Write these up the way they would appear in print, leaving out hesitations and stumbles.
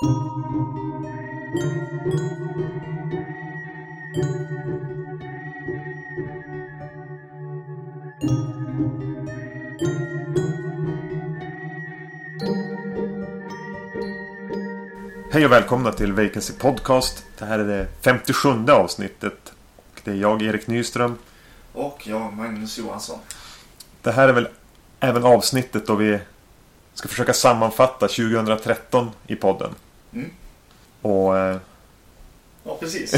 Hej och välkomna till Vacancy Podcast. Det här är det 57:e avsnittet. Och det är jag, Erik Nyström. Och jag, Magnus Johansson. Det här är väl även avsnittet då vi ska försöka sammanfatta 2013 i podden. Mm. Och... Ja, precis.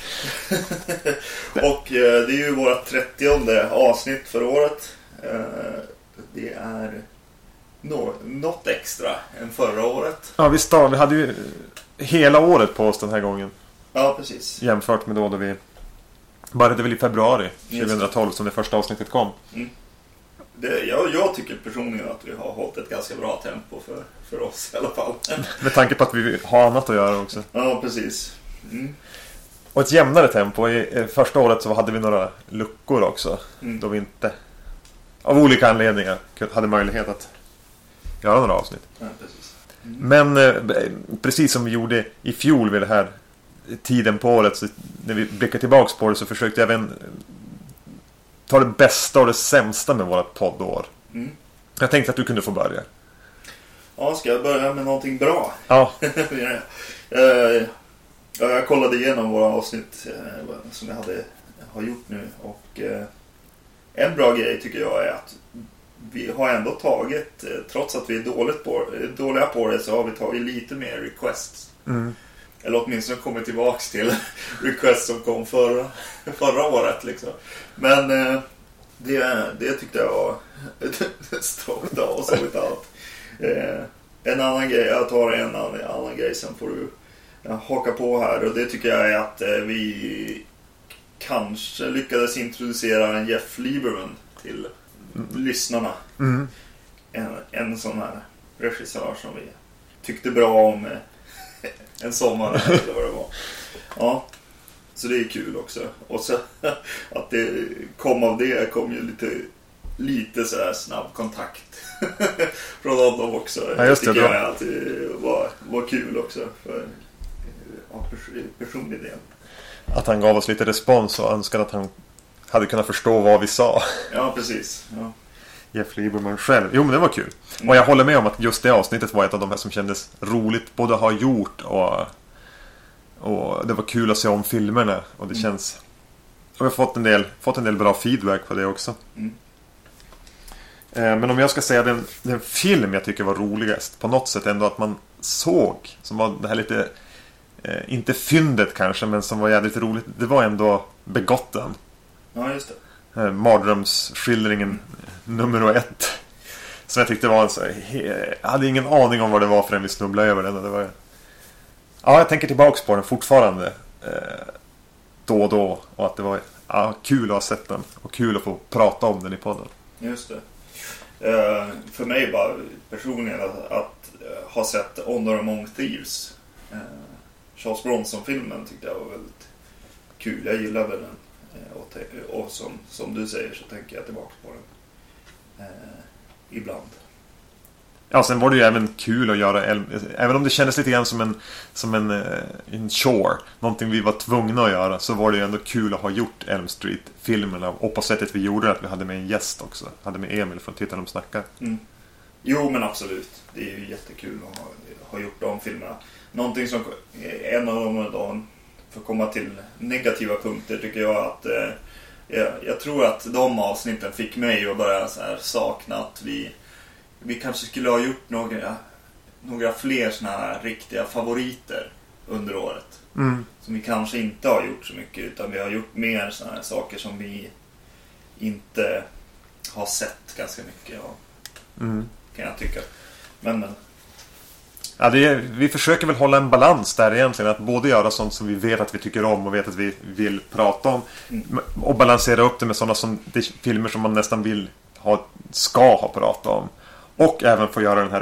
Och det är ju vårt 30:e avsnitt för året. Det är något extra än förra året. Ja, visst då. Vi hade ju hela året på oss den här gången. Ja, precis. Jämfört med då vi började väl i februari 2012 som det första avsnittet kom. Mm. Jag tycker personligen att vi har hållit ett ganska bra tempo för oss i alla fall. Med tanke på att vi har annat att göra också. Ja, precis. Mm. Och ett jämnare tempo. I första året så hade vi några luckor också. Då vi inte, av olika anledningar, hade möjlighet att göra några avsnitt. Ja, precis. Men precis som vi gjorde i fjol vid det här tiden på året, så när vi blickar tillbaks på det, så försökte jag även ta det bästa och det sämsta med vårt poddår. Jag tänkte att du kunde få börja. Ja, ska jag börja med någonting bra? Ja. Jag kollade igenom våra avsnitt som jag har gjort nu. Och en bra grej tycker jag är att vi har ändå tagit, trots att vi är dåliga på det, så har vi tagit lite mer requests. Eller åtminstone kommit tillbaks till requests som kom förra året liksom. Men det tyckte jag var stråkt av och så allt. En annan grej, jag tar en annan grej, sen får du haka på här. Och det tycker jag är att vi kanske lyckades introducera en Jeff Lieberman till lyssnarna. En sån här regissör som vi tyckte bra om en sommar eller vad det var. Ja, så det är kul också. Och så att det kom av det kom ju lite så här snabb kontakt från honom också. Ja, just det, tycker jag att det var kul också för personlig del. Att han gav oss lite respons och önskade att han hade kunnat förstå vad vi sa. Ja, precis. Ja. Jeff Lieberman själv. Jo, men det var kul. Och jag håller med om att just det avsnittet var ett av de här som kändes roligt både att ha gjort och det var kul att se om filmerna. Och det känns... Och vi har fått en del bra feedback på det också. Men om jag ska säga den film jag tycker var roligast på något sätt ändå att man såg, som var det här lite... inte fyndet kanske, men som var jävligt roligt. Det var ändå Begotten. Ja, just det. Mardrömsskildringen nummer 1. Som jag tyckte var en så jag hade ingen aning om vad det var förrän vi snubblade över den. Och det var, ja, jag tänker tillbaks på den fortfarande då och då. Och att det var kul att ha sett den. Och kul att få prata om den i podden. Just det. För mig bara personligen att ha sett Honor Among Thieves, Charles Bronson-filmen, tyckte jag var väldigt kul. Jag gillade den. Och som du säger så tänker jag tillbaka på den ibland. Ja, sen var det ju även kul att göra, även om det kändes lite grann som en chore, någonting vi var tvungna att göra, så var det ju ändå kul att ha gjort Elm Street-filmerna. Och på sättet vi gjorde det, att vi hade med en gäst också, hade med Emil från Titta de snackar. Jo, men absolut. Det är ju jättekul att ha gjort de filmerna. Någonting som en av dem, för att komma till negativa punkter, tycker jag att jag tror att de avsnitten fick mig att börja så här sakna att vi kanske skulle ha gjort några fler såna här riktiga favoriter under året. Som vi kanske inte har gjort så mycket, utan vi har gjort mer såna här saker som vi inte har sett ganska mycket av. Kan jag tycka. Men ja, vi försöker väl hålla en balans där egentligen. Att både göra sånt som vi vet att vi tycker om och vet att vi vill prata om. Och balansera upp det med sådana filmer som man nästan ska ha pratat om. Och även få göra den här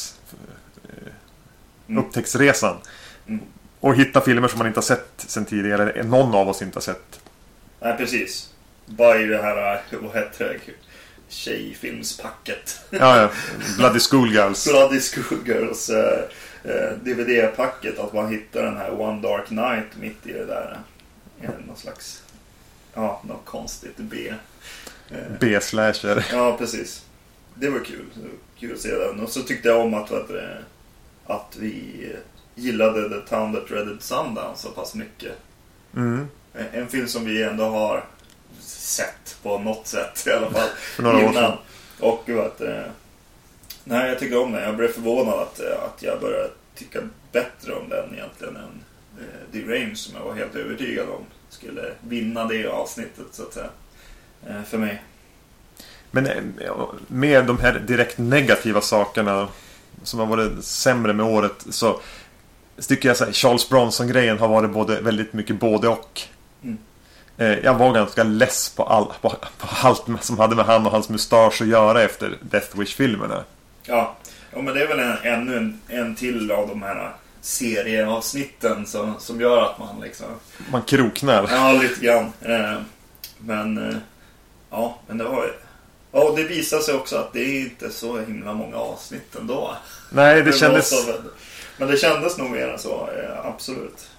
upptäcktsresan. Och hitta filmer som man inte har sett sen tidigare. Eller någon av oss inte har sett. Nej, precis. Bara i det här, vad heter det? Tjejfilmspacket. Ja. Bloody Schoolgirls. Bloody Schoolgirls. DVD-packet, att man hittar den här One Dark Night mitt i det där. Någon slags, något konstigt B-slasher. Ja, precis. Det var kul. Kul att se den. Och så tyckte jag om att vi gillade The Town That Dreaded Sundown så pass mycket. En film som vi ändå har sett på något sätt i alla fall för några år sedan. Och nej, jag tycker om den. Jag blev förvånad att jag började tycka bättre om den egentligen än The Range, som jag var helt övertygad om skulle vinna det avsnittet så att säga, för mig. Men med de här direkt negativa sakerna som har varit sämre med året, så tycker jag att Charles Bronson-grejen har varit väldigt mycket både och. Jag var ganska less på allt som hade med han och hans mustasch att göra efter Death Wish-filmerna. Ja, men det är väl ännu en till av de här serieavsnitten som gör att man liksom... Man kroknar. Ja, lite grann. Men det var... Ja, det visar sig också att det är inte så himla många avsnitt ändå. Nej, det kändes... Men det kändes nog mer än så, absolut.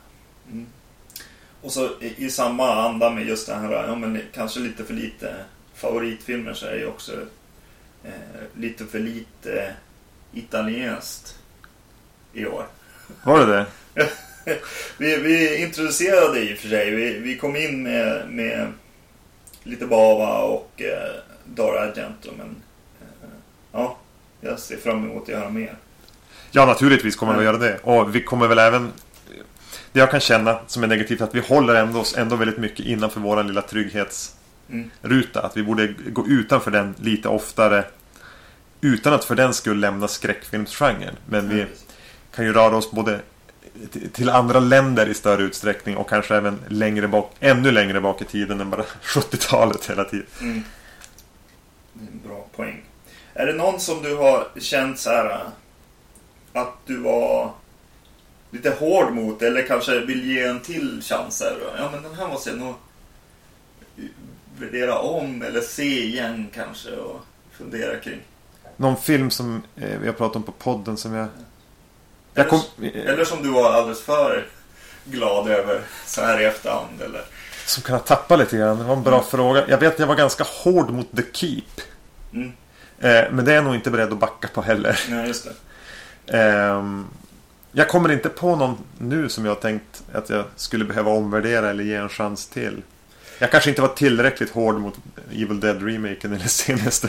Och så i samma anda med just det här, men kanske lite för lite favoritfilmer, så är det också lite för lite italienskt i år. Var det det? vi introducerade i och för sig. Vi kom in med lite Bava och Dario Argento, men jag ser fram emot att göra mer. Ja, naturligtvis kommer vi att göra det. Och vi kommer väl även... Det jag kan känna som är negativt, att vi håller oss ändå väldigt mycket innanför vår lilla trygghetsruta. Att vi borde gå utanför den lite oftare, utan att för den skulle lämna skräckfilmsgenren. Men vi kan ju röra oss både till andra länder i större utsträckning, och kanske även ännu längre bak i tiden än bara 70-talet hela tiden. Det är en bra poäng. Är det någon som du har känt så här att du var lite hård mot, eller kanske vill ge en till chans här? Ja, men den här måste jag nog värdera om eller se igen kanske, och fundera kring. Någon film som vi har pratat om på podden som jag... Eller som du var alldeles för glad över så här i efterhand, eller? Som kan ha tappat lite grann. Det var en bra fråga. Jag vet att jag var ganska hård mot The Keep. Men det är jag nog inte beredd att backa på heller. Nej, just det. Jag kommer inte på någon nu som jag tänkt att jag skulle behöva omvärdera eller ge en chans till. Jag kanske inte var tillräckligt hård mot Evil Dead-remaken eller senaste.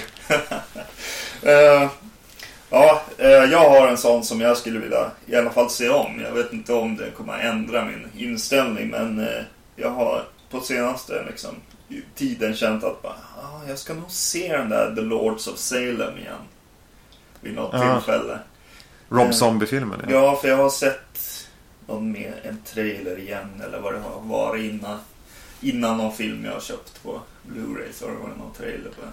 Jag har en sån som jag skulle vilja i alla fall se om. Jag vet inte om det kommer att ändra min inställning, men jag har på senaste tiden känt att jag ska nog se den där The Lords of Salem igen vid något tillfälle. Rob Zombie-filmen. Ja, för jag har sett en trailer igen, eller vad det har varit innan någon film jag har köpt på Blu-ray, så har det varit någon trailer på den.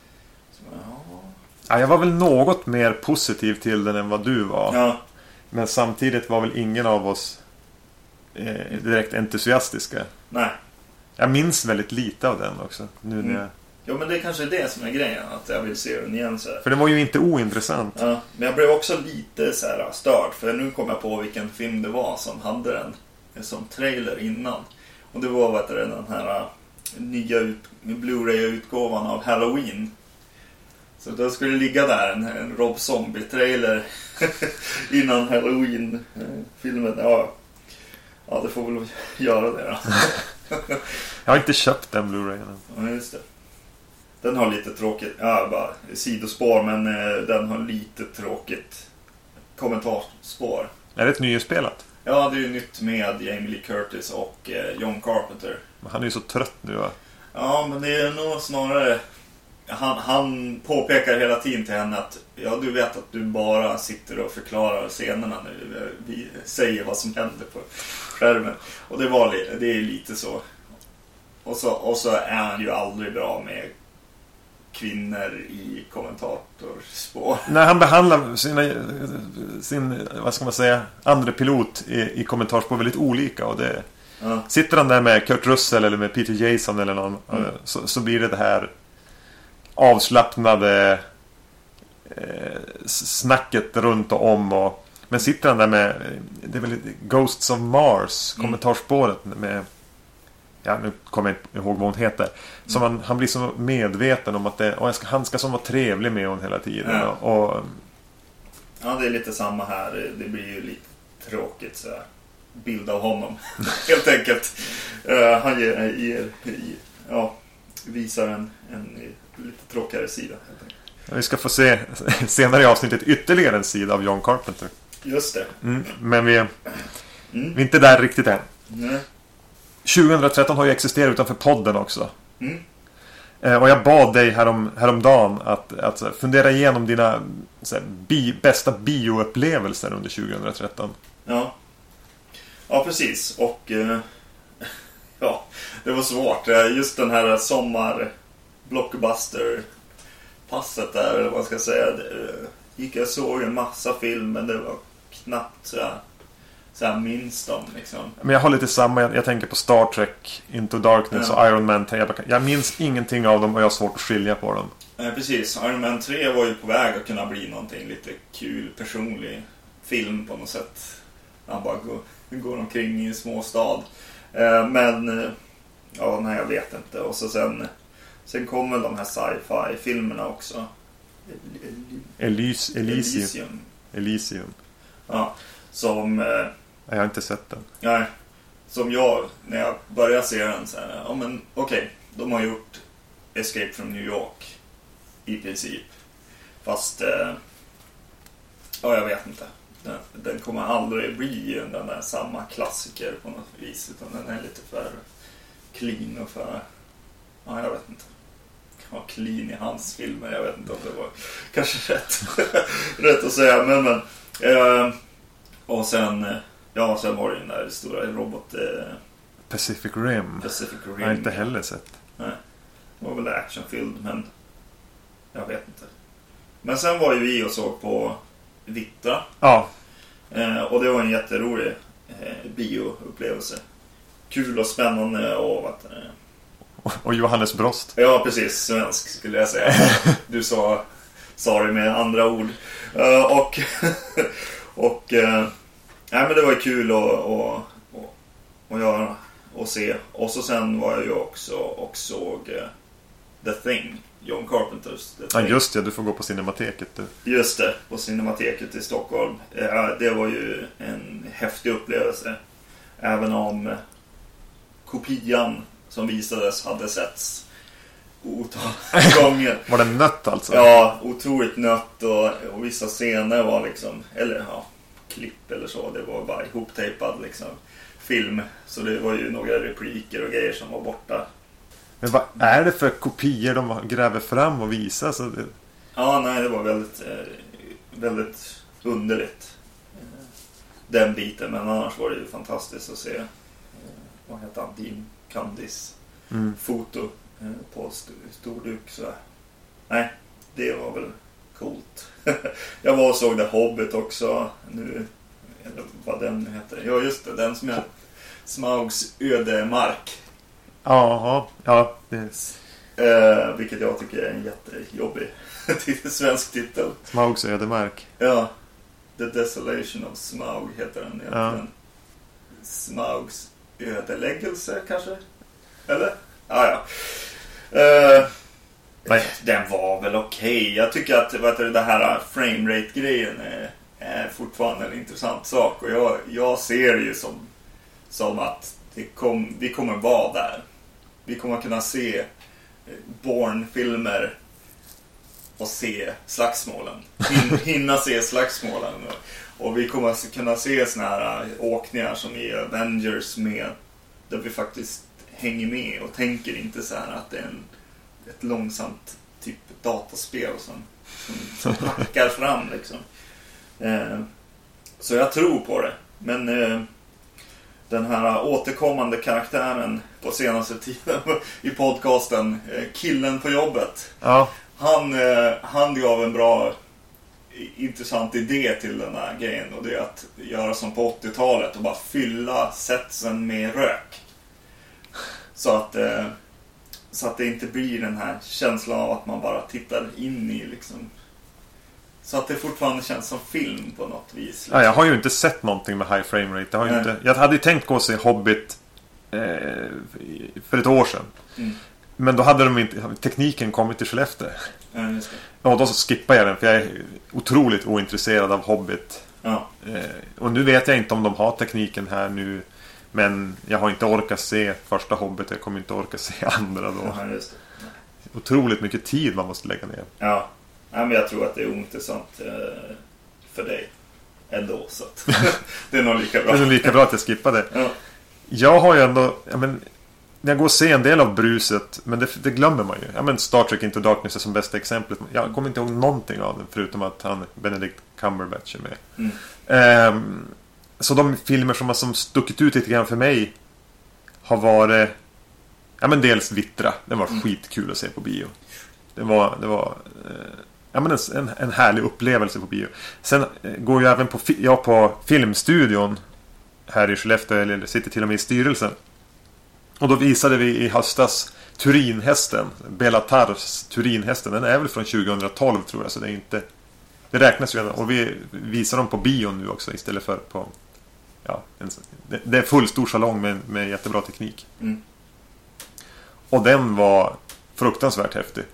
Jag var väl något mer positiv till den än vad du var. Ja. Men samtidigt var väl ingen av oss direkt entusiastiska. Nej. Jag minns väldigt lite av den också. Nu när jag... Ja, men det är kanske det som är grejen, att jag vill se den igen så här. För det var ju inte ointressant. Ja, men jag blev också lite så här störd, för nu kom jag på vilken film det var som hade den som trailer innan. Och det var den här nya Blu-ray-utgåvan av Halloween. Så då skulle det ligga där en Rob Zombie-trailer innan Halloween-filmen. Ja, det får väl göra det då. Jag har inte köpt den Blu-rayen. Ja, just det. Den har lite tråkigt, bara sidospår, men den har lite tråkigt kommentarspår. Är det ett nyinspelat? Ja, det är ju nytt med Jamie Lee Curtis och John Carpenter. Men han är ju så trött nu, va? Ja, men det är nog snarare... Han påpekar hela tiden till henne att du vet att du bara sitter och förklarar scenerna nu. Vi säger vad som händer på skärmen. Och det är lite så. Och så är han ju aldrig bra med kvinnor i kommentatorspår. När han behandlar sin vad ska man säga, andra pilot i kommentatorspår väldigt olika, och det sitter han där med Kurt Russell eller med Peter Jason eller någon, så blir det här avslappnade snacket runt och om, Men sitter han där med, det är väl Ghosts of Mars, kommentarspåret med, ja nu kommer jag inte ihåg vad hon heter. Som han blir så medveten om att han ska som vara trevlig med hon hela tiden. Ja. Ja, det är lite samma här. Det blir ju lite tråkigt så här. Bild av honom helt enkelt. Han visar en lite tråkigare sida helt enkelt. Vi ska få se senare i avsnittet ytterligare en sida av John Carpenter. Just det. Men vi är inte där riktigt än. Nej. 2013 har ju existerat utanför podden också. Och jag bad dig häromdagen att fundera igenom dina bästa bioupplevelser under 2013. Ja, precis. Och det var svårt. Just den här sommar-blockbuster-passet där, eller vad jag ska säga. Gick jag såg en massa filmer, det var knappt så här minst dem liksom. Men jag har lite samma, jag tänker på Star Trek, Into Darkness och Iron Man 3. Jag minns ingenting av dem och jag har svårt att skilja på dem. Precis, Iron Man 3 var ju på väg att kunna bli någonting lite kul, personlig film på något sätt. Han bara går omkring i en småstad. Men jag vet inte. Och så sen kommer de här sci-fi-filmerna också. Elysium. Ja, som... jag har inte sett den. Nej, som jag, när jag började se den så här, okej, de har gjort Escape from New York i princip. Fast, jag vet inte. Den kommer aldrig bli den där samma klassiker på något vis, utan den är lite för clean och för... Ja, jag vet inte. Clean i hans filmer, jag vet inte om det var kanske rätt att säga, men och sen var det den där stora robot Pacific Rim. Jag har inte heller sett. Nej, det var väl actionfilm, men jag vet inte. Men sen var ju vi och såg på Vittra. Ja. Och det var en jätterolig bioupplevelse. Kul och spännande och Johannes Brost. Ja, precis. Svensk skulle jag säga. Du sa det med andra ord. Men det var kul att göra och se. Och så sen var jag ju också och såg The Thing, John Carpenters The Thing. Ja, just det. Du får gå på Cinemateket. Just det, på Cinemateket i Stockholm. Det var ju en häftig upplevelse. Även om kopian som visades hade setts otaliga gånger. Var det nött alltså? Ja, otroligt nött och vissa scener var liksom, klipp eller så, det var bara ihoptejpad liksom film, så det var ju några repliker och grejer som var borta. Men vad är det för kopior de gräver fram och visar? Så det... Ja, nej, det var väldigt väldigt underligt den biten, men annars var det ju fantastiskt att se vad heter han, Dean Candys foto på storduk så. Nej, det var väl coolt. Jag var och såg The Hobbit också nu, eller vad den heter. Ja, just det, den som är Smaugs ödemark. Ja. Vilket jag tycker är en jättejobbig svensk titel. Smaugs ödemark. Ja, The Desolation of Smaug heter den egentligen. Ja. Smaugs ödeläggelse kanske? Eller? Ja. Den var väl okej. Jag tycker att det här framerate-grejen är fortfarande en intressant sak. Och jag ser det ju som att vi kommer vara där. Vi kommer kunna se Bourne-filmer och se slagsmålen. Hinna se slagsmålen. Och vi kommer kunna se såna här åkningar som i Avengers där vi faktiskt hänger med och tänker inte så här att det är ett långsamt typ dataspel som hackar fram liksom. Så jag tror på det. Men den här återkommande karaktären på senaste tiden i podcasten, killen på jobbet. Ja. Han gav en bra intressant idé till den här grejen, och det är att göra som på 80-talet och bara fylla setsen med rök. Så att det inte blir den här känslan av att man bara tittar in i liksom Så att det fortfarande känns som film på något vis. Liksom. Ja, jag har ju inte sett någonting med high frame rate. Jag hade ju tänkt gå och se Hobbit för ett år sedan. Men då hade tekniken kommit till Skellefteå. Ja, just det. Och då så skippade jag den, för jag är otroligt ointresserad av Hobbit. Ja. Och nu vet jag inte om de har tekniken här nu. Men jag har inte orkat se första Hobbit. Jag kommer inte orka se andra då. Ja, just det. Otroligt mycket tid man måste lägga ner. Ja, men jag tror att det är ointressant för dig ändå. Så att det är nog lika bra. Det är nog lika bra att jag skippade. Ja. Jag har ju ändå... jag går och ser en del av bruset, men det glömmer man ju. Star Trek Into Darkness är som bästa exemplet. Jag kommer inte ihåg någonting av den, förutom att Benedict Cumberbatch är med. Så de filmer som har stuckit ut lite grann för mig har varit... dels Vittra. Den var skitkul att se på bio. Det var en härlig upplevelse på bio. Sen går jag även på filmstudion här i Skellefteå, eller sitter till och med i styrelsen. Och då visade vi i höstas Turinhästen, Belatars Turinhästen. Den är väl från 2012 tror jag, så det är inte... Det räknas ju, och vi visar dem på bio nu också istället för på... det är full stor salong med jättebra teknik. Och den var fruktansvärt häftig.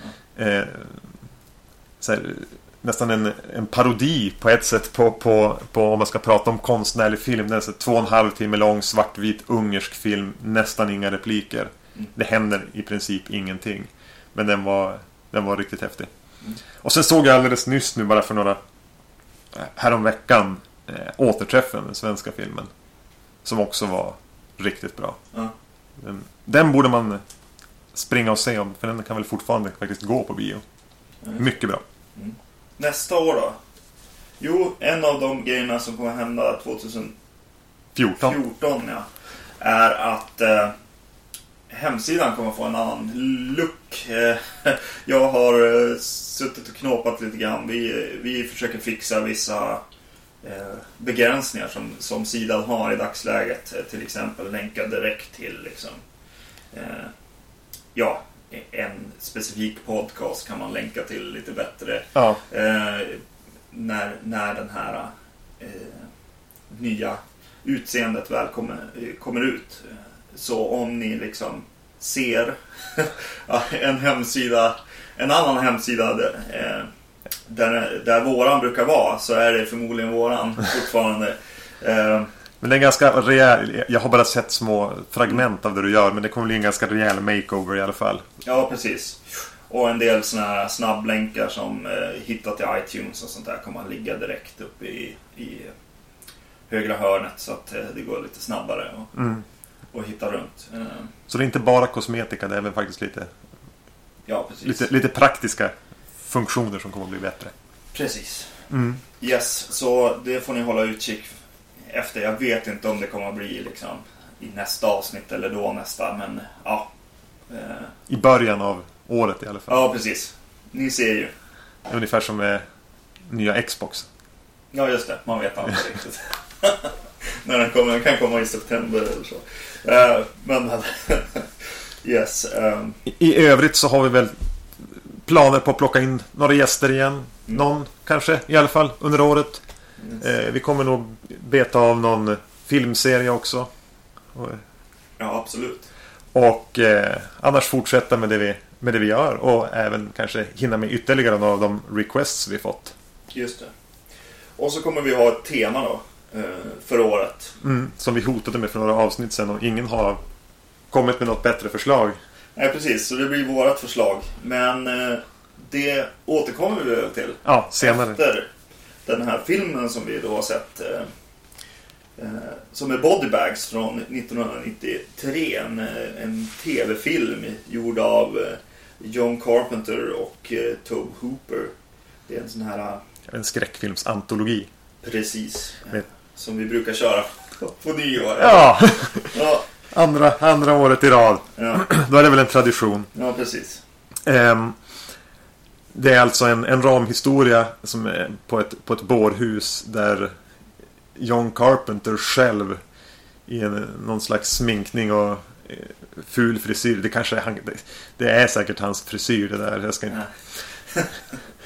Nästan en parodi på ett sätt på om man ska prata om konstnärlig film. Den är 2,5 timme lång, svartvit, ungersk film. Nästan inga repliker. Det händer i princip ingenting. Men den var riktigt häftig. Och sen såg jag alldeles nyss nu, bara för några häromveckan, Återträffen, den svenska filmen. Som också var riktigt bra. Den borde man springa och se om, för den kan väl fortfarande faktiskt gå på bio. Mycket bra. Nästa år då? Jo, en av de grejerna som kommer hända 2014 är att hemsidan kommer få en annan look. Jag har suttit och knåpat lite grann. Vi försöker fixa vissa begränsningar som sidan har i dagsläget. Till exempel länka direkt till liksom, en specifik podcast kan man länka till lite bättre. Ja. När den här nya utseendet väl kommer ut. Så om ni liksom ser en annan hemsida där våran brukar vara, så är det förmodligen våran fortfarande. Men det är ganska rejäl. Jag har bara sett små fragment av det du gör, men det kommer bli en ganska rejäl makeover i alla fall. Ja, precis. Och en del såna här snabblänkar som hittat till iTunes och sånt där kommer att ligga direkt upp i högra hörnet, så att det går lite snabbare och hitta runt. Så det är inte bara kosmetika, det är även faktiskt lite praktiska funktioner som kommer att bli bättre. Precis. Yes, så det får ni hålla utkik efter. Jag vet inte om det kommer att bli liksom i nästa avsnitt eller då nästa, men ja. I början av året i alla fall. Ja, precis. Ni ser ju. Ungefär som med nya Xbox. Ja, just det. Man vet aldrig riktigt. När den kan komma i september eller så. Men yes. I övrigt så har vi väl planer på att plocka in några gäster igen. Någon kanske i alla fall under året. Vi kommer nog beta av någon filmserie också. Ja, absolut. Och annars fortsätta med det vi gör. Och även kanske hinna med ytterligare några av de requests vi fått. Just det. Och så kommer vi ha ett tema då för året. Som vi hotade med för några avsnitt sedan. Och ingen har kommit med något bättre förslag. Nej, precis. Så det blir vårat förslag. Men det återkommer vi väl till. Ja, senare. Efter den här filmen som vi då har sett. Som är Body Bags från 1993. En tv-film gjord av John Carpenter och Tobe Hooper. Det är en sån här... En skräckfilmsantologi. Precis. Som vi brukar köra på nyår. Ja! Ja. Andra året i rad. Ja. Då är det väl en tradition. Ja, precis. Det är alltså en ramhistoria som är på ett bårhus där John Carpenter själv i någon slags sminkning och ful frisyr. Det är säkert hans frisyr det där. Jag ska inte...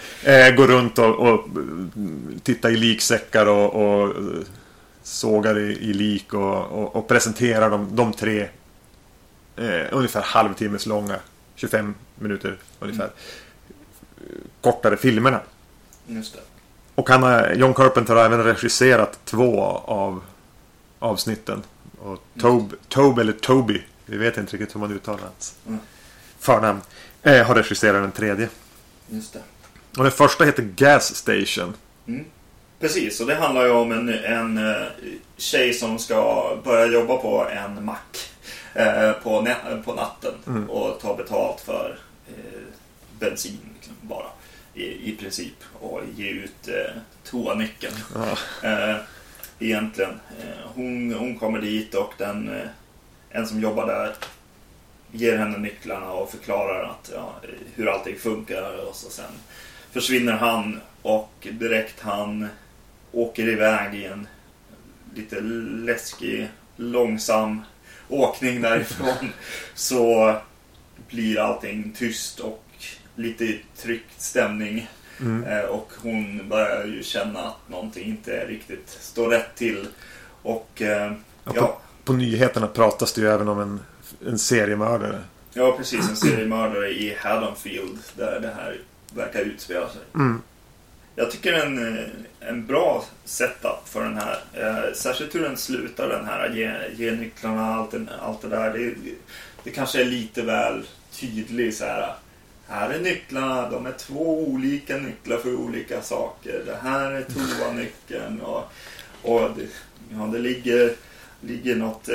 Går runt och tittar i liksäckar och sågar i lik och presenterar de 3 ungefär halvtimmes långa, 25 minuter ungefär, kortare filmerna. Just det. Och John Carpenter har även regisserat 2 av avsnitten. Och Tobe eller Toby, vi vet inte riktigt hur man uttalar hans förnamn, har regisserat den 3:e. Just det. Och den första heter Gas Station. Precis, och det handlar ju om en tjej som ska börja jobba på en mack på natten och ta betalt för bensin liksom, bara i princip, och ge ut toanyckeln. Egentligen. Hon kommer dit och en som jobbar där ger henne nycklarna och förklarar att, hur allting funkar, och så sen försvinner han, och direkt han åker iväg i en lite läskig, långsam åkning därifrån så blir allting tyst och lite tryckt stämning. Och hon börjar ju känna att någonting inte riktigt står rätt till. Och på nyheterna pratas det ju även om en seriemördare. Ja, precis, en seriemördare i Haddonfield där det här verkar utspela sig. Jag tycker en bra setup för den här. Särskilt hur den slutar, den här ge nycklarna, allt det där. Det kanske är lite väl tydligt så här är nycklarna, de är 2 olika nycklar för olika saker. Det här är toanyckeln och det ligger något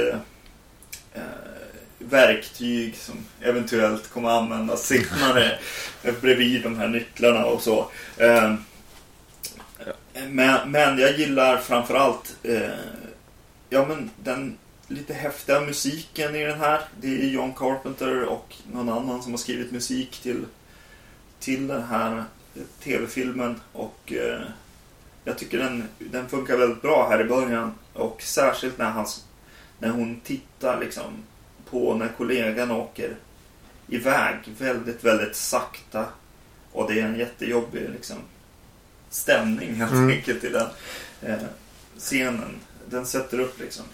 verktyg som eventuellt kommer användas senare bredvid de här nycklarna och så. Men jag gillar framförallt den lite häftiga musiken i den här. Det är John Carpenter och någon annan som har skrivit musik till den här tv-filmen, och jag tycker den funkar väldigt bra här i början, och särskilt när hon tittar liksom på när kollegan åker iväg väldigt, väldigt sakta, och det är en jättejobbig liksom stämning helt enkelt i den scenen. Den sätter upp liksom,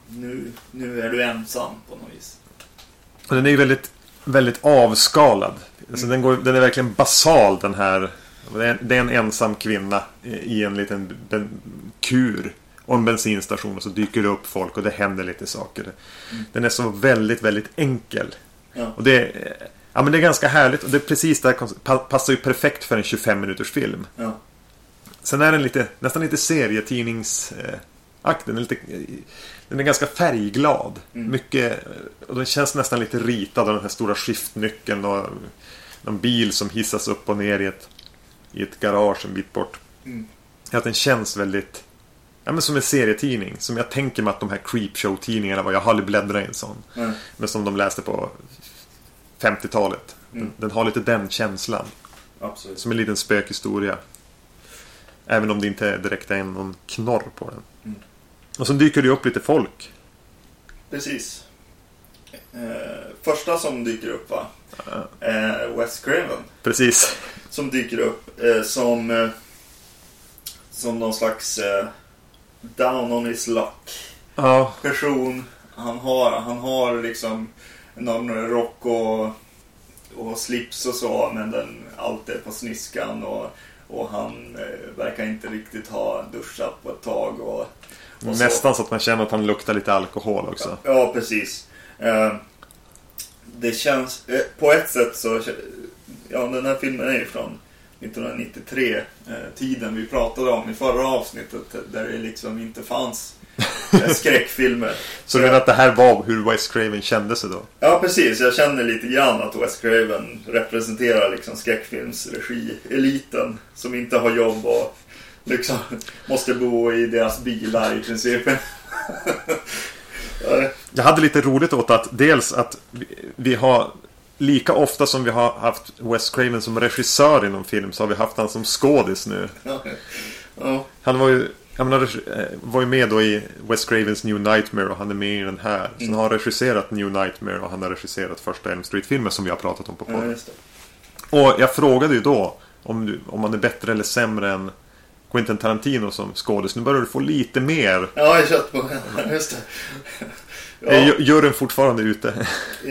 nu är du ensam på något vis. Och den är ju väldigt, väldigt avskalad. Alltså den är verkligen basal, den här. Det är en ensam kvinna i en liten kur och en bensinstation, och så dyker det upp folk och det händer lite saker. Den är så väldigt, väldigt enkel. Ja. Och det är ganska härligt, och det är precis där, passar ju perfekt för en 25 minuters film. Ja. Sen är den nästan lite serietidnings akten, den är ganska färgglad. Mycket, och den känns nästan lite ritad av den här stora skiftnyckeln och någon bil som hissas upp och ner i ett garage en bit bort. Att den känns väldigt som en serietidning, som jag tänker mig att de här Creepshow-tidningarna var. Jag har aldrig bläddrat i en sån, men som de läste på 50-talet. Den har lite den känslan. Absolut. Som en liten spökhistoria, även om det inte direkt är någon knorr på den. Och så dyker det upp lite folk. Precis. Första som dyker upp Wes Craven. Precis. Som dyker upp som någon slags down on his luck person. Han har liksom någon rock och slips och så, men allt är på sniskan, och han verkar inte riktigt ha duschat på ett tag och nästan så att man känner att han luktar lite alkohol också. Ja, precis. Det känns på ett sätt så, den här filmen är från 1993, tiden vi pratade om i förra avsnittet, där det liksom inte fanns skräckfilmer. Så du menar att det här var hur Wes Craven kände sig då? Ja, precis. Jag känner lite grann att Wes Craven representerar liksom skräckfilmsregi-eliten som inte har jobb och liksom måste bo i deras bilar i princip. Jag hade lite roligt åt att dels att vi har lika ofta som vi har haft Wes Craven som regissör i någon film, så har vi haft han som skådis nu. Han var ju med då i Wes Cravens New Nightmare, och han är med i den här. Sen har han regisserat New Nightmare, och han har regisserat första Elm Street-filmen som vi har pratat om på podden. Och jag frågade ju då om man är bättre eller sämre än Quentin Tarantino som skådis. Nu börjar du få lite mer. Ja, jag kött på just det. Ja. Är juryn fortfarande ute?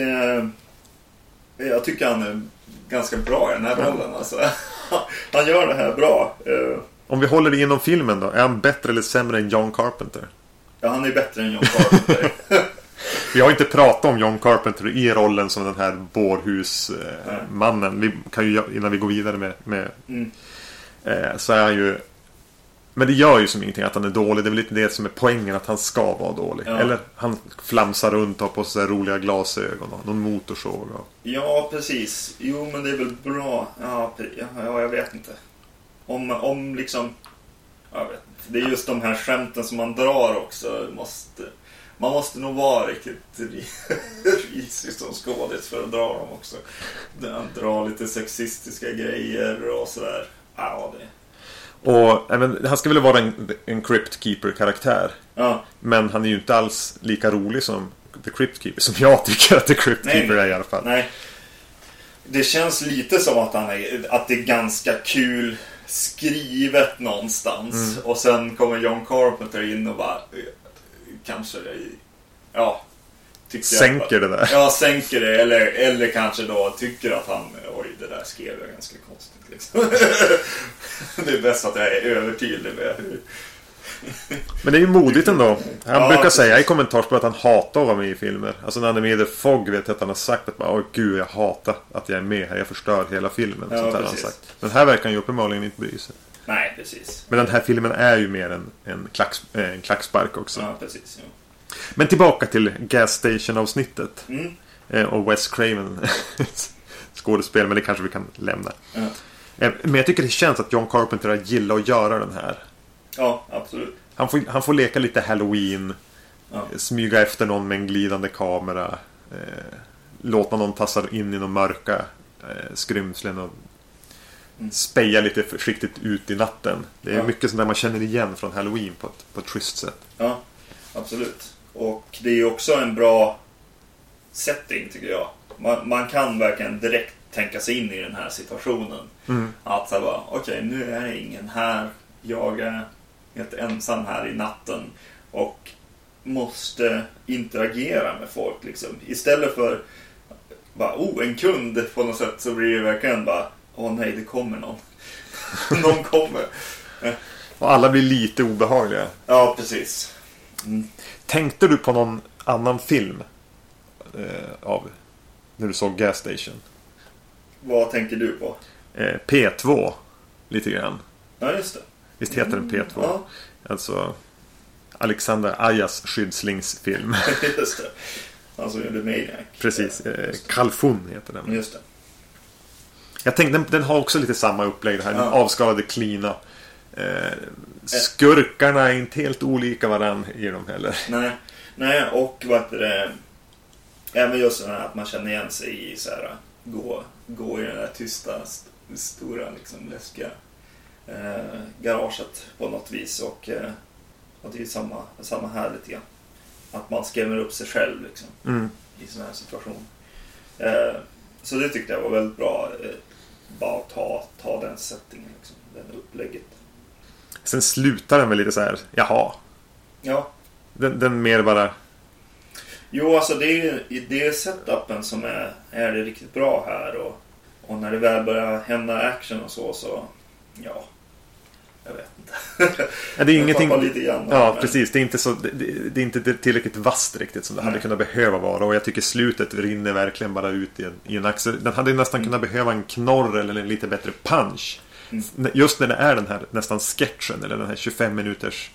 Jag tycker han är ganska bra i den här rollen. Alltså. Han gör det här bra. Om vi håller det inom filmen då, är han bättre eller sämre än John Carpenter? Ja, han är bättre än John Carpenter. Vi har inte pratat om John Carpenter i rollen som den här bårhusmannen. Vi kan ju, innan vi går vidare med så är han ju. Men det gör ju som ingenting att han är dålig. Det är väl lite det som är poängen, att han ska vara dålig. Ja. Eller han flamsar runt och har på sig roliga glasögon och någon motorsåg. Ja, precis. Jo, men det är väl bra. Ja, jag vet inte. Om liksom... Jag vet inte. Det är just de här skämten som man drar också. Man måste nog vara riktigt risig som skådis för att dra dem också. Han drar lite sexistiska grejer och sådär. Ja, det... Och han ska väl vara en Crypt Keeper-karaktär. Ja. Men han är ju inte alls lika rolig som The Crypt Keeper, som jag tycker att The Crypt Keeper är i alla fall. Nej. Det känns lite som att att det är ganska kul skrivet någonstans. Och sen kommer John Carpenter in och bara kanske sänker det där. Ja, sänker det. Eller kanske då tycker att han det där skrev jag ganska konstigt liksom. Det är bäst att jag är övertydlig med hur. Men det är ju modigt ändå. Han brukar säga i kommentarsspår att han hatar att vara med i filmer. Alltså när han är med i The Fog vet jag att han har sagt att gud, jag hatar att jag är med här. Jag förstör hela filmen. Sånt där han sagt. Men här verkar han ju uppenbarligen inte bry sig. Nej, precis. Men den här filmen är ju mer en klackspark också. Ja, precis. Ja. Men tillbaka till Gas Station-avsnittet. Och Wes Craven skådespel, men det kanske vi kan lämna. Men jag tycker det känns att John Carpenter gillar att göra den här. Ja, absolut. Han får leka lite Halloween. Smyga efter någon med en glidande kamera. Låta någon tassa in i någon mörka skrymslen och speja lite försiktigt ut i natten. Det är mycket sånt där man känner igen från Halloween på ett trist sätt. Ja, absolut. Och det är ju också en bra setting tycker jag. Man kan verkligen direkt tänka sig in i den här situationen. Att så bara, okej, nu är det ingen här. Jag är helt ensam här i natten och måste interagera med folk liksom. Istället för bara, en kund på något sätt, så blir det verkligen bara, nej, det kommer någon. Någon kommer. Och alla blir lite obehagliga. Ja, precis. Tänkte du på någon annan film av när du såg Gas Station? Vad tänker du på? P2 lite grann. Ja, just det. Visst heter den P2? Ja. Alltså Alexander Ayas skyddslingsfilm. Just det. Alltså gjorde Maniac. Precis. Kalfun heter den. Just det. Jag tänkte, den har också lite samma upplägg. Det här avskalade klina. Skurkarna är inte helt olika varann i dem heller. Nej, och vad heter det? Även just så att man känner igen sig i så här, gå i den där tysta, stora, liksom läskiga garaget på något vis. Och det är samma här lite grann. Att man skrämmer upp sig själv liksom, i sån här situation. Så det tyckte jag var väldigt bra. Bara ta den settingen liksom, den upplägget. Sen slutar den väl lite så här, jaha. Ja. Den mer bara... Jo, alltså det är setupen som är det riktigt bra här. Och när det väl börjar hända action och så ja, jag vet inte. Ja, det är ingenting... Lite grann, ja, men... precis. Det är inte så, det är inte tillräckligt vasst riktigt som det hade kunnat behöva vara. Och jag tycker slutet rinner verkligen bara ut i en axel. Den hade nästan kunnat behöva en knorr eller en lite bättre punch. Just när det är den här nästan sketchen eller den här 25 minuters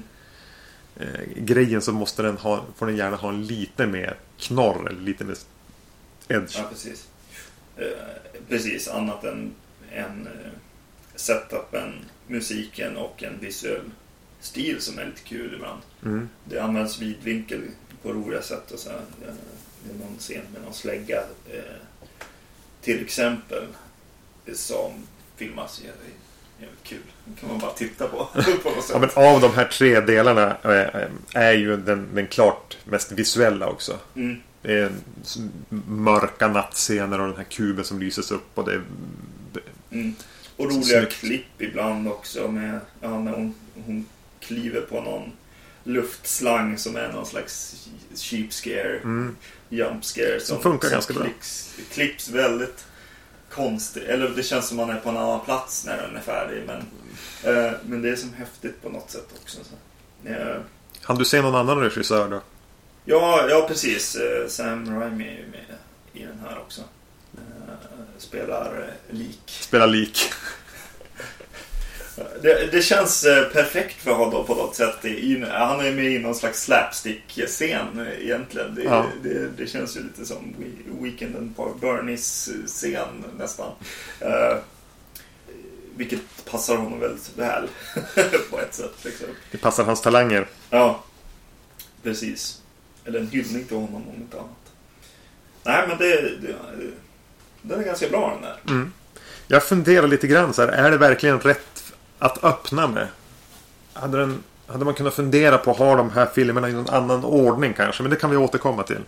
grejen, så får den gärna ha en lite mer knorr eller lite mer edge. Ja, precis. Precis, annat än setupen, musiken och en visuell stil som är lite kul ibland. Det används vidvinkel på roliga sätt och så här. Det är någon scen med någon slägga till exempel som filmas jävligt kul. Det kan man bara titta på något sätt. Ja, men av de här 3 delarna är ju den klart mest visuella också. Det är mörka nattscener och den här kuben som lyses upp och det är Och roliga snyggt. klipp ibland också med när hon kliver på någon luftslang som är någon slags cheap scare, jump scare som funkar ganska bra. Klipps väldigt konstigt, eller det känns som man är på en annan plats när den är färdig, men det är som häftigt på något sätt också så. Han du se någon annan regissör då? Ja precis. Sam Raimi är ju med i den här också. Spelar lik. Det känns perfekt för honom på något sätt. Han är med i någon slags slapstick-scen egentligen. Det känns ju lite som Weekend på Bernies scen nästan. Vilket passar honom väldigt väl på ett sätt. Liksom. Det passar hans talanger. Ja, precis. Eller en hyllning till honom om inte annat. Nej, men den är ganska bra den där. Mm. Jag funderar lite grann så här, är det verkligen rätt att öppna med? Hade man kunnat fundera på att ha de här filmerna i någon annan ordning kanske, men det kan vi återkomma till.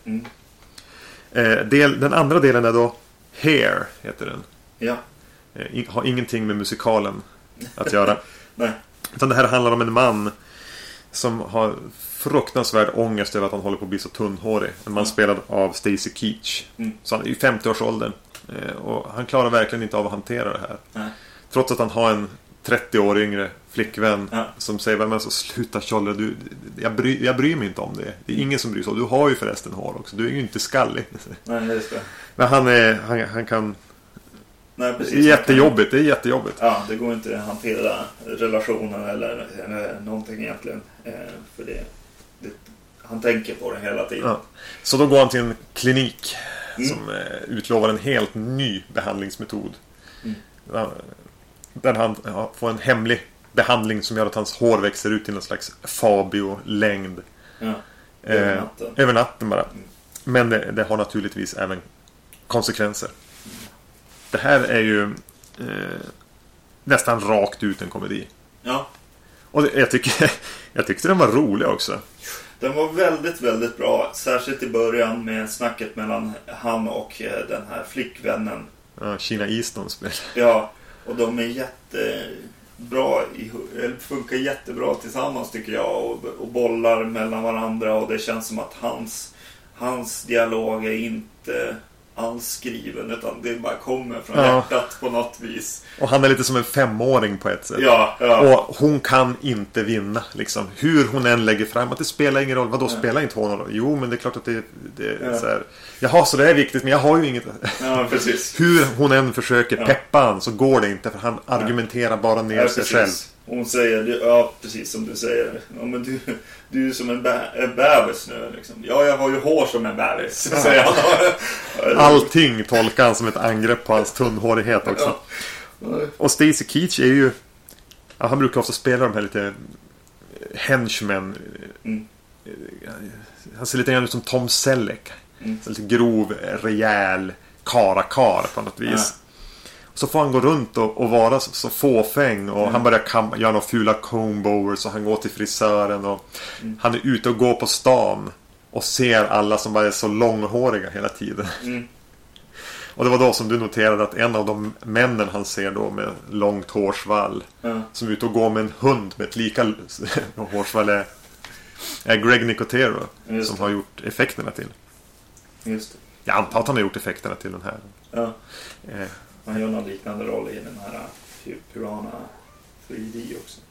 Den andra delen är då Hair, heter den. Ja. Har ingenting med musikalen att göra. Nej. Utan det här handlar om en man som har fruktansvärd ångest över att han håller på att bli så tunnhårig. En man spelad av Stacy Keach. Så han är i 50-årsåldern. Och han klarar verkligen inte av att hantera det här. Nej. Trots att han har en 30 år yngre flickvän som säger, men så sluta Tjolle, jag bryr mig inte om det. Det är ingen som bryr sig om. Du har ju förresten hår också. Du är ju inte skallig. Nej, just det. Men han kan... Nej, precis. Det är jättejobbigt. Ja, det går inte att hantera relationen eller någonting egentligen. För det, han tänker på det hela tiden. Ja. Så då går han till en klinik som utlovar en helt ny behandlingsmetod. Där han får en hemlig behandling som gör att hans hår växer ut till en slags Fabio-längd. Ja, över natten bara. Men det har naturligtvis även konsekvenser. Det här är ju nästan rakt ut en komedi. Ja. Och jag tyckte den var rolig också. Den var väldigt, väldigt bra. Särskilt i början med snacket mellan han och den här flickvännen. Ja, Sheena Easton spelar. Ja, och de är jättebra, funkar jättebra tillsammans tycker jag. Och bollar mellan varandra. Och det känns som att hans dialog är inte alls skriven, utan det bara kommer från hjärtat på något vis. Och han är lite som en 5-åring på ett sätt. Ja. Och hon kan inte vinna liksom. Hur hon än lägger fram att det spelar ingen roll. Vadå spelar inte hon roll? Jo, men det är klart att det är så här. Jaha, så det är viktigt, men jag har ju inget. Ja, precis. Hur hon än försöker peppa han så går det inte, för han argumenterar bara ner sig själv. Hon säger, precis som du säger. Ja, men du är som en bebis nu liksom. Ja, jag har ju hår som en bebis, säger han. Allting tolkar han som ett angrepp på hans tunnhårighet också. Och Stacy Keach är ju... Ja, han brukar ofta spela de här lite henchmen. Han ser lite grann ut som Tom Selleck. Så lite grov, rejäl karakar på något vis. Så får han gå runt och vara så fåfäng. Och han börjar göra några fula combovers. Och han går till frisören. Och han är ute och går på stan. Och ser alla som bara är så långhåriga hela tiden. Och det var då som du noterade att en av de männen han ser då med långt hårsvall. Som är ute och går med en hund med ett lika hårsvall är Greg Nicotero. Som har gjort effekterna till. Just det. Jag antar att han har gjort effekterna till den här. Ja. Han gör någon liknande roll i den här Piranha 3D också.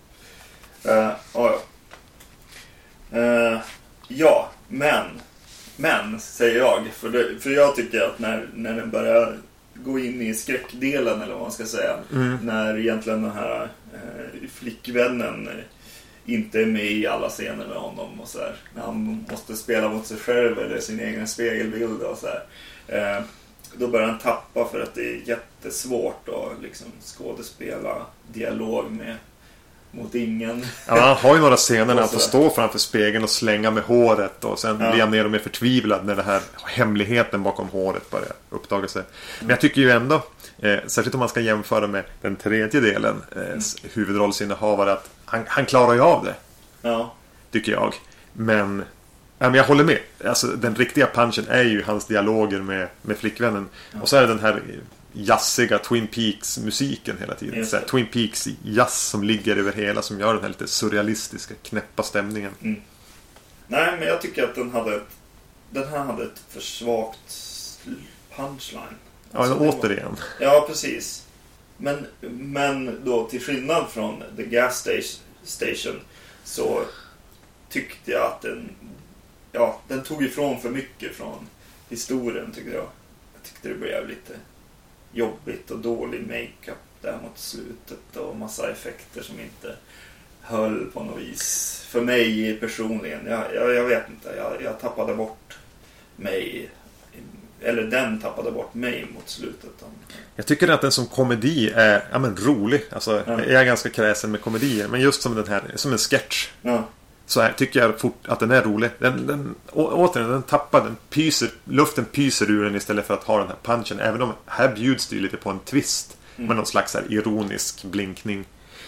Men säger jag. För jag tycker att när den börjar gå in i skräckdelen, eller vad man ska säga. När egentligen den här flickvännen inte är med i alla scener med honom. Och så här, när han måste spela mot sig själv eller sin egen spegelbild och så här. Då börjar han tappa för att det är jättesvårt att liksom skådespela dialog mot ingen. Ja, han har ju några scener när han får stå framför spegeln och slänga med håret. Och sen blir han mer och mer förtvivlad när det här hemligheten bakom håret börjar uppdaga sig. Men jag tycker ju ändå, särskilt om man ska jämföra med den tredje delen, huvudrollsinnehavare, att han klarar ju av det. Ja. Tycker jag. Men jag håller med. Alltså, den riktiga punchen är ju hans dialoger med flickvännen. Och så är det den här jazziga Twin Peaks-musiken hela tiden. Så här, Twin Peaks-jazz som ligger över hela, som gör den här lite surrealistiska, knäppa stämningen. Nej, men jag tycker att den här hade ett för svagt punchline. Alltså, återigen. Ja, precis. Men då till skillnad från The Gas Station så tyckte jag att den tog ifrån för mycket från historien, tycker jag. Jag tyckte det blev lite jobbigt och dålig makeup där mot slutet och massa effekter som inte höll på något vis. För mig personligen, jag vet inte, jag tappade bort mig, eller den tappade bort mig mot slutet. Jag tycker att den som komedi är rolig. Alltså, jag är ganska kräsen med komedier, men just som den här, som en sketch. Så här, tycker jag att den är rolig. Återigen, den tappar, luften pyser ur den istället för att ha den här punchen. Även om här bjuds det ju lite på en twist med någon slags här ironisk blinkning.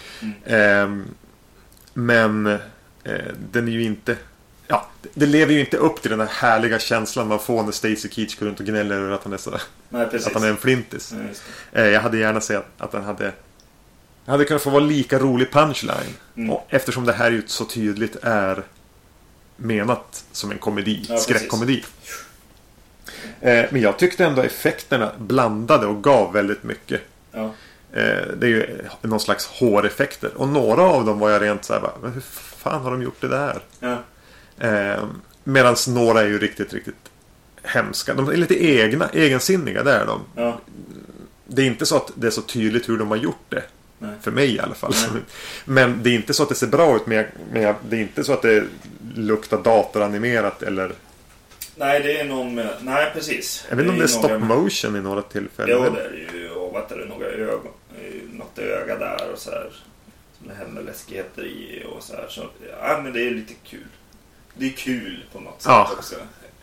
Men den är ju inte... Ja, det lever ju inte upp till den här härliga känslan man får när Stacy Keach går runt och gnäller över att han är så... Nej, att han är en flintis. Nej, jag hade gärna sett att den hade kunnat få vara lika rolig punchline. Och eftersom det här ju så tydligt är menat som en komedi, skräckkomedi. Men jag tyckte ändå effekterna blandade och gav väldigt mycket. Ja. Det är ju någon slags håreffekter. Och några av dem var jag rent så här, men hur fan har de gjort det där? Ja. Medan några är ju riktigt, riktigt hemska. De är lite egensinniga, där de. Ja. Det är inte så att det är så tydligt hur de har gjort det. Nej. För mig i alla fall. Nej. Men det är inte så att det ser bra ut. Men det är inte så att det luktar datoranimerat eller... Nej, det är någon med... Nej, precis. Jag vet inte om det är stop motion i några tillfällen. Ja, det är ju... Och vad är det? Något öga där och så här. Som det händer läskigheter i och så här. Så, ja, men det är lite kul. Det är kul på något sätt också.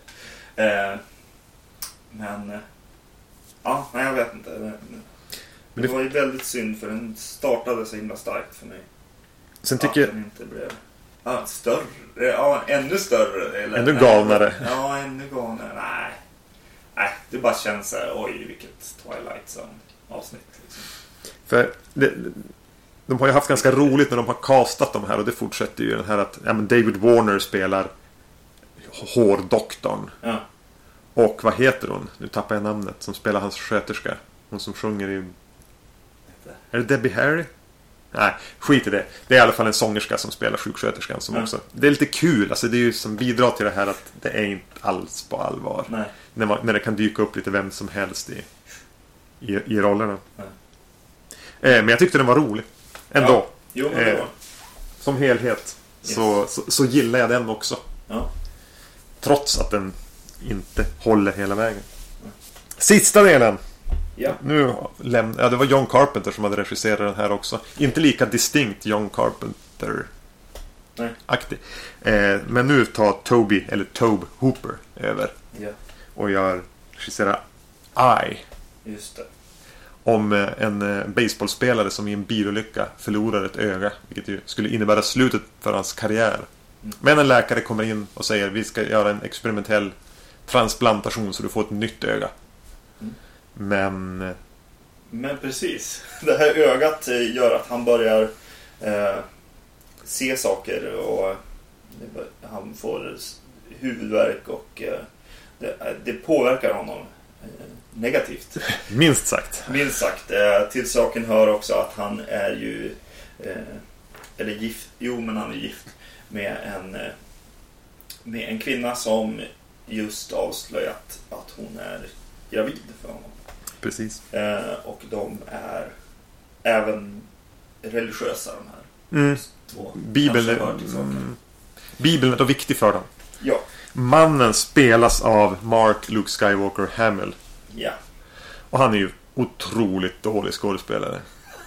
Men... Ja, nej, jag vet inte. Det var ju väldigt synd, för den startade så himla starkt för mig. Sen tycker jag... den inte blev... Ja, större. Ja, ännu större. Eller, ännu galnare. Ja, ännu galnare. Nej, det bara känns så här, oj, vilket Twilight Zone-avsnitt. Liksom. För de har ju haft ganska roligt när de har castat de här. Och det fortsätter ju den här att David Warner spelar hårdoktorn. Ja. Och vad heter hon? Nu tappar jag namnet. Som spelar hans sköterska. Hon som sjunger i... Är det Debbie Harry? Nej, skit i det. Det är i alla fall en sångerska som spelar sjuksköterskan som också... Det är lite kul. Alltså det är ju som bidrar till det här att det är inte alls på allvar. Nej. När det kan dyka upp lite vem som helst i rollerna. Nej. Men jag tyckte den var rolig. Ändå. Ja. Jo, men det var. Som helhet. Yes. Så gillar jag den också. Ja. Trots att den inte håller hela vägen. Sista delen. Ja. Det var John Carpenter som hade regisserat den här också. Inte lika distinkt John Carpenter-aktig. Men nu tar Tobe Hooper över. Ja. Och jag regisserar I. Just det. Om en baseballspelare som i en bilolycka förlorar ett öga. Vilket ju skulle innebära slutet för hans karriär. Men en läkare kommer in och säger: vi ska göra en experimentell transplantation så du får ett nytt öga. Men precis. Det här ögat gör att han börjar se saker och han får huvudvärk och det påverkar honom negativt. Minst sagt. Till saken hör också att han är ju eller gift. Jo, men han är gift med en kvinna som just avslöjat att hon är gravid för honom. Precis. Och de är även religiösa, de här två. Bibeln är då viktig för dem. Ja. Mannen spelas av Mark Luke Skywalker Hamill. Ja. Och han är ju otroligt dålig skådespelare.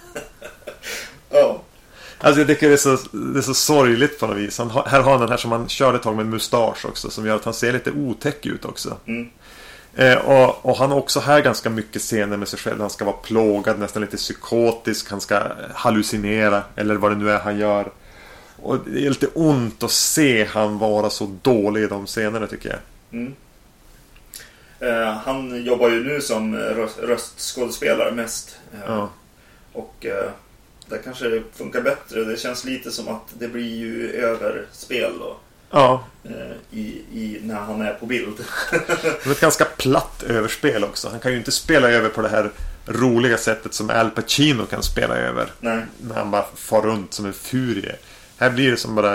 Ja. Alltså jag tycker det är så sorgligt på något vis. Här har han den här som han körde ett tag med en mustasch också, som gör att han ser lite otäck ut också. Och han har också här ganska mycket scener med sig själv. Han ska vara plågad, nästan lite psykotisk. Han ska hallucinera, eller vad det nu är han gör. Och det är lite ont att se han vara så dålig i de scenerna, tycker jag. Han jobbar ju nu som röstskådespelare mest. Och där kanske det funkar bättre. Det känns lite som att det blir ju överspel då. Ja. När han är på bild. Det är ett ganska platt överspel också. Han kan ju inte spela över på det här roliga sättet som Al Pacino kan spela över. Nej. När han bara far runt som en furie. Här blir det som bara...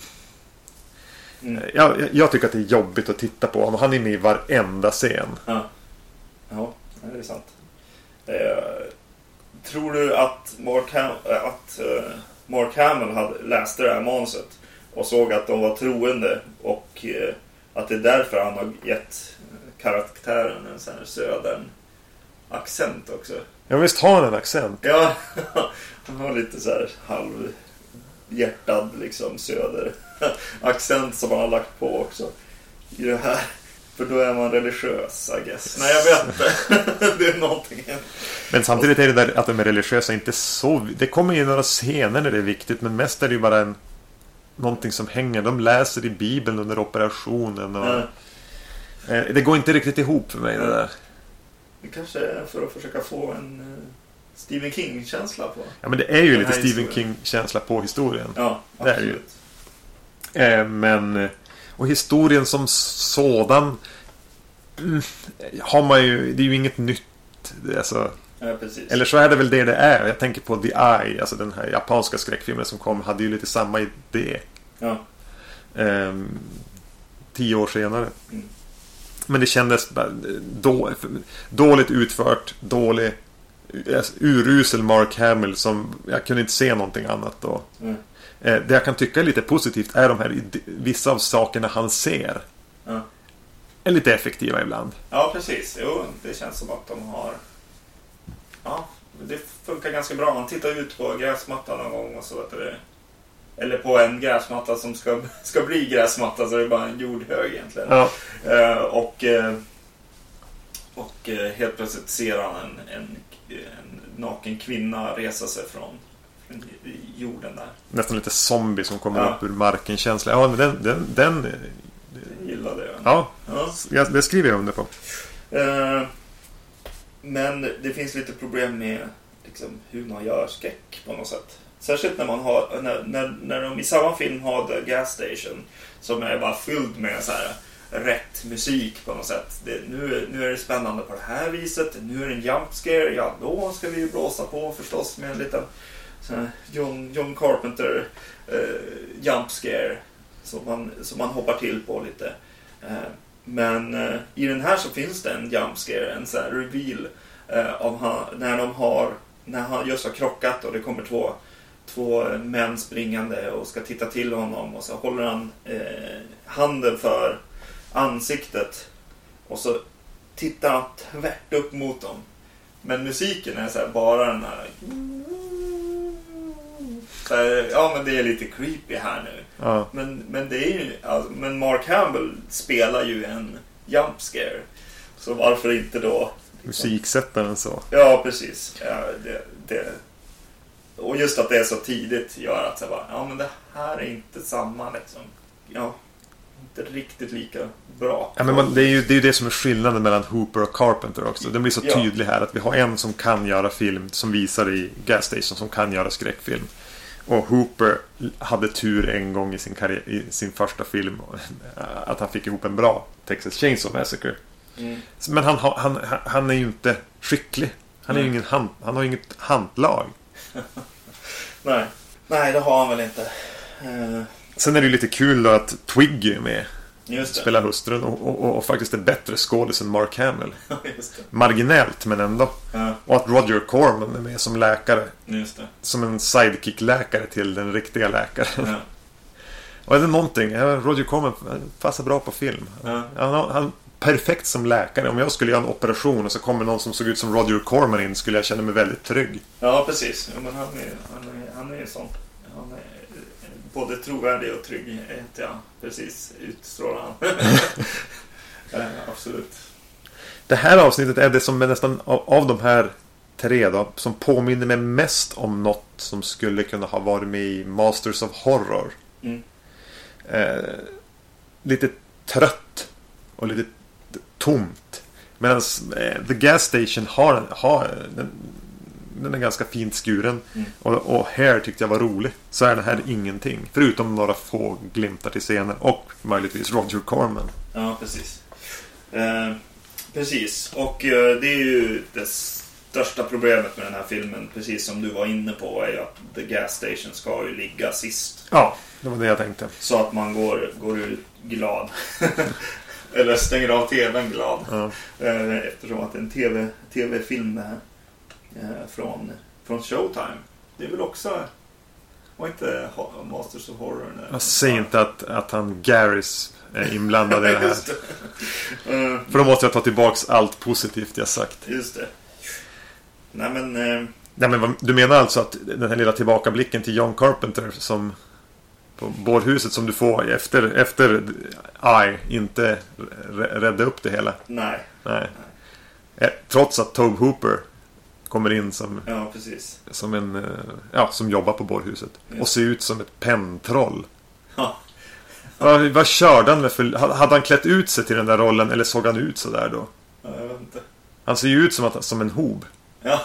Jag tycker att det är jobbigt att titta på honom. Han är med i varenda scen. Ja, det är sant. Tror du att Mark Hamill läste det här manuset och såg att de var troende och att det är därför han har gett karaktären en sån här södern accent också? Ja, visst har han en accent. Ja, han har lite så här halvhjärtad liksom söder accent som han har lagt på också i det här. För då är man religiös, I guess. Nej, jag vet inte. Det är någonting. Men samtidigt är det där att de är religiösa inte så... Det kommer ju några scener när det är viktigt, men mest är det ju bara någonting som hänger. De läser i Bibeln under operationen och... Det går inte riktigt ihop för mig det där. Det kanske är för att försöka få en Stephen King-känsla på. Ja, men det är ju lite Stephen King-känsla på historien. Ja, det absolut. Är ju. Men... Och historien som sådan har man ju... Det är ju inget nytt. Alltså, ja, precis. eller så är det väl det är. Jag tänker på The Eye, alltså den här japanska skräckfilmen som kom, hade ju lite samma idé. Ja. 10 år senare. Men det kändes dåligt utfört, urusel Mark Hamill som jag kunde inte se någonting annat då. Det jag kan tycka är lite positivt är de här vissa av sakerna han ser. Är lite effektiva ibland. Ja, precis. Jo, det känns som att de har... Ja, det funkar ganska bra. Man tittar ut på gräsmattan någon gång och så att det... Eller på en gräsmatta som ska bli gräsmatta, så det är bara en jordhög egentligen. Ja. Och helt plötsligt ser han en naken kvinna resa sig från jorden där. Nästan lite zombie som kommer upp ur marken känsla. Ja, men den gillade jag. Ja. Det skriver jag under på. Men det finns lite problem med liksom, hur man gör skräck på något sätt. Särskilt när man har när de i samma film har The Gas Station som är bara fylld med så här rätt musik på något sätt. Nu är det spännande på det här viset. Nu är det en jump scare. Ja, då ska vi ju blåsa på förstås med en liten så här John Carpenter jump scare som man hoppar till på lite. Men i den här så finns det en jump scare, en sån här reveal av när han just har krockat och det kommer två män springande och ska titta till honom och så håller han handen för ansiktet och så tittar han tvärt upp mot dem. Men musiken är så här, bara den här så här, ja, men det är lite creepy här nu. Ja. Men det är ju alltså, men Mark Hamill spelar ju en jump scare. Så varför inte då musiksättaren så. Ja, precis. Ja, det och just att det är så tidigt gör att så bara, ja, men det här är inte samma liksom. Ja, inte riktigt lika bra. Ja, men det är ju det som är skillnaden mellan Hooper och Carpenter också. Den blir så tydlig här att vi har en som kan göra film som visar i Gas Station som kan göra skräckfilm. Och Hooper hade tur en gång i sin karriär, i sin första film att han fick ihop en bra Texas Chainsaw Massacre. Men han är ju inte skicklig. Han är ju han har ju inget handlag. Nej, det har han väl inte. Sen är det ju lite kul då att Twiggy är med. Just det. Spelar hustrun och faktiskt är bättre skådis än Mark Hamill. Just det. Marginellt men ändå. Ja. Och att Roger Corman är med som läkare. Just det. Som en sidekick-läkare till den riktiga läkaren. Ja. Och är det någonting? Roger Corman passar bra på film. Ja. Han perfekt som läkare. Om jag skulle göra en operation och så kommer någon som såg ut som Roger Corman in, skulle jag känna mig väldigt trygg. Ja, precis. Ja, men han är ju sån. Han är både trovärdig och trygg. Ja, precis. Utstrålar han. Absolut. Det här avsnittet är det som är nästan av de här 3 då, som påminner mig mest om något som skulle kunna ha varit med i Masters of Horror. Lite trött och lite tomt. Medan The Gas Station har den är ganska fint skuren. Och Hair tyckte jag var rolig. Så är det här ingenting. Förutom några få glimtar till scenen. Och möjligtvis Roger Corman. Ja, precis. Precis. Och det är ju det största problemet med den här filmen, precis som du var inne på, är ju att The Gas Station ska ju ligga sist. Ja, det var det jag tänkte. Så att man går ut glad. Eller stänger av tvn glad. Ja. Eftersom att det är en tv-film det här. Från Showtime. Det är väl också... Och inte Masters of Horror. Jag säger inte att han Garris är inblandad i det här. För då måste jag ta tillbaks allt positivt jag sagt. Just det. Nej men du menar alltså att den här lilla tillbakablicken till John Carpenter som på bårhuset som du får efter inte rädda upp det hela? Nej. Trots att Tobe Hooper kommer in som precis. Som en som jobbar på bårhuset och ser ut som ett pentroll. Ja. Vad körde han med för... Hade han klätt ut sig till den där rollen eller såg han ut så där då? Ja, jag vet inte. Han ser ju ut som en hob. Ja.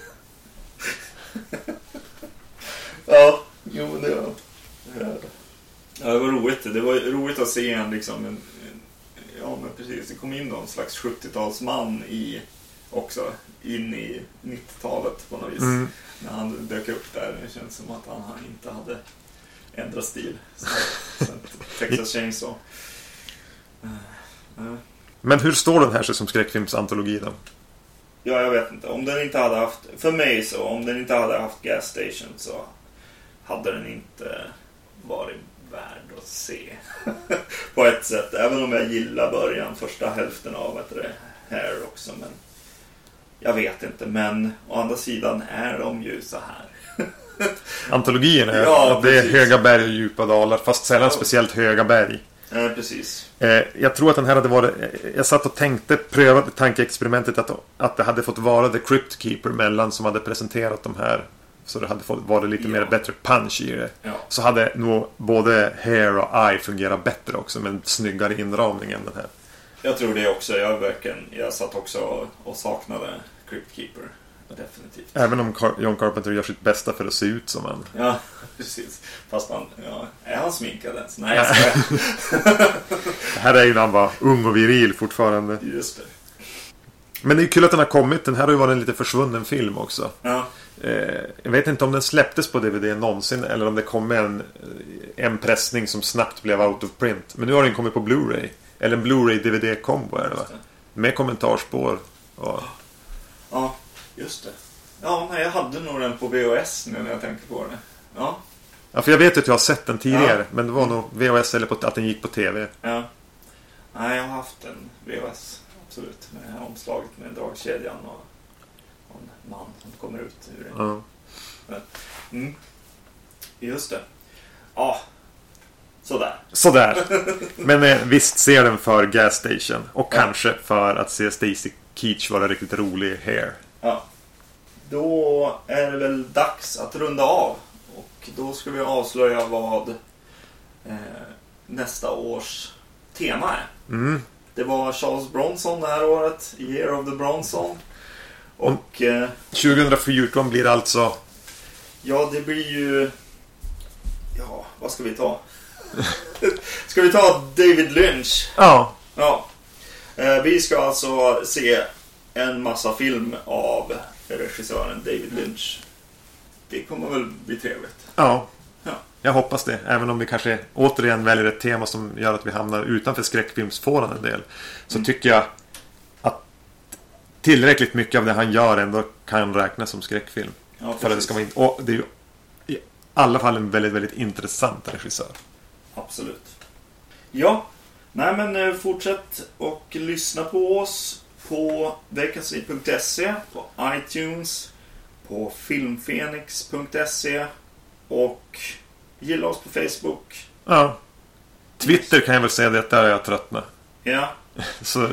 Ja, jo det var... Ja, det var roligt. Det var roligt att se en liksom ja, men precis. Det kom in någon slags 70-talsman också in i 90-talet på något vis. När han dök upp där. Det känns som att han inte hade ändrat stil. Sen Texas Chainsaw. Men hur står den här sig som skräckfilmsantologi då? Ja, jag vet inte. Om den inte hade haft... För mig så, om den inte hade haft Gas Station så hade den inte varit värd att se. På ett sätt. Även om jag gillar början, första hälften av Hair också. Men jag vet inte. Men å andra sidan är de ju så här. Antologin är att det är höga berg och djupa dalar. Fast sällan speciellt höga berg. Ja, precis. Jag tror att den här hade varit... Jag satt och prövade tankeexperimentet att det hade fått vara The Crypt Keeper mellan som hade presenterat de här. Så det hade fått vara lite mer bättre punch i det. Ja. Så hade nog både Hair och Eye fungerat bättre också med en snyggare inramning än den här. Jag tror det också. Jag satt också och saknade Crypt Keeper. Definitivt. Även om John Carpenter gör sitt bästa för att se ut som han. Ja, precis. Fast är han sminkad ens? Nej, jag ska. Det här är ju när han var ung och viril fortfarande. Just det. Men det är kul att den har kommit. Den här har ju varit en lite försvunnen film också. Ja. Jag vet inte om den släpptes på DVD någonsin eller om det kom en pressning som snabbt blev out of print. Men nu har den kommit på Blu-ray. Eller en Blu-ray-DVD-kombo är det va? Med kommentarspår. Och... Ja, just det. Ja, nej, jag hade nog den på VHS nu när jag tänker på det. Ja. Ja, för jag vet att jag har sett den tidigare. Men det var nog VHS eller att den gick på TV. Ja. Nej, jag har haft en VHS. Absolut. Med omslaget med dragkedjan och en man som kommer ut ur det. Ja. Just det. Ja. Sådär. Men visst ser den för Gas Station. Och kanske för att se Stacy Keach vara riktigt rolig i Hair. Ja. Då är det väl dags att runda av. Och då ska vi avslöja vad nästa års tema är. Det var Charles Bronson det här året. Year of the Bronson. Och 2014 blir alltså... Ja, det blir ju... Ja, vad ska vi ta? Ska vi ta David Lynch? Ja. Vi ska alltså se en massa film av regissören David Lynch. Det kommer väl bli trevligt. Ja. Jag hoppas det. Även om vi kanske återigen väljer ett tema som gör att vi hamnar utanför skräckfilmsfåran en del. Så tycker jag att tillräckligt mycket av det han gör ändå kan räknas som skräckfilm. Ja, för att det ska vara och det är ju i alla fall en väldigt, väldigt intressant regissör. Absolut. Ja, nej men fortsätt och lyssna på oss på vacancy.se, på iTunes, på filmfenix.se och gilla oss på Facebook. Ja. Twitter kan jag väl säga att där är jag tröttnat. Ja. Så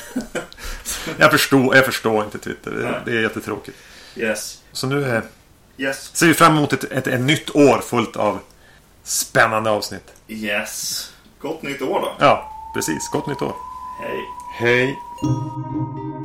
jag förstår inte Twitter. Det är jättetråkigt. Yes. Så nu ser vi fram emot ett nytt år fullt av spännande avsnitt. Yes. Gott nytt år då. Ja, precis. Gott nytt år. Hej. Hej.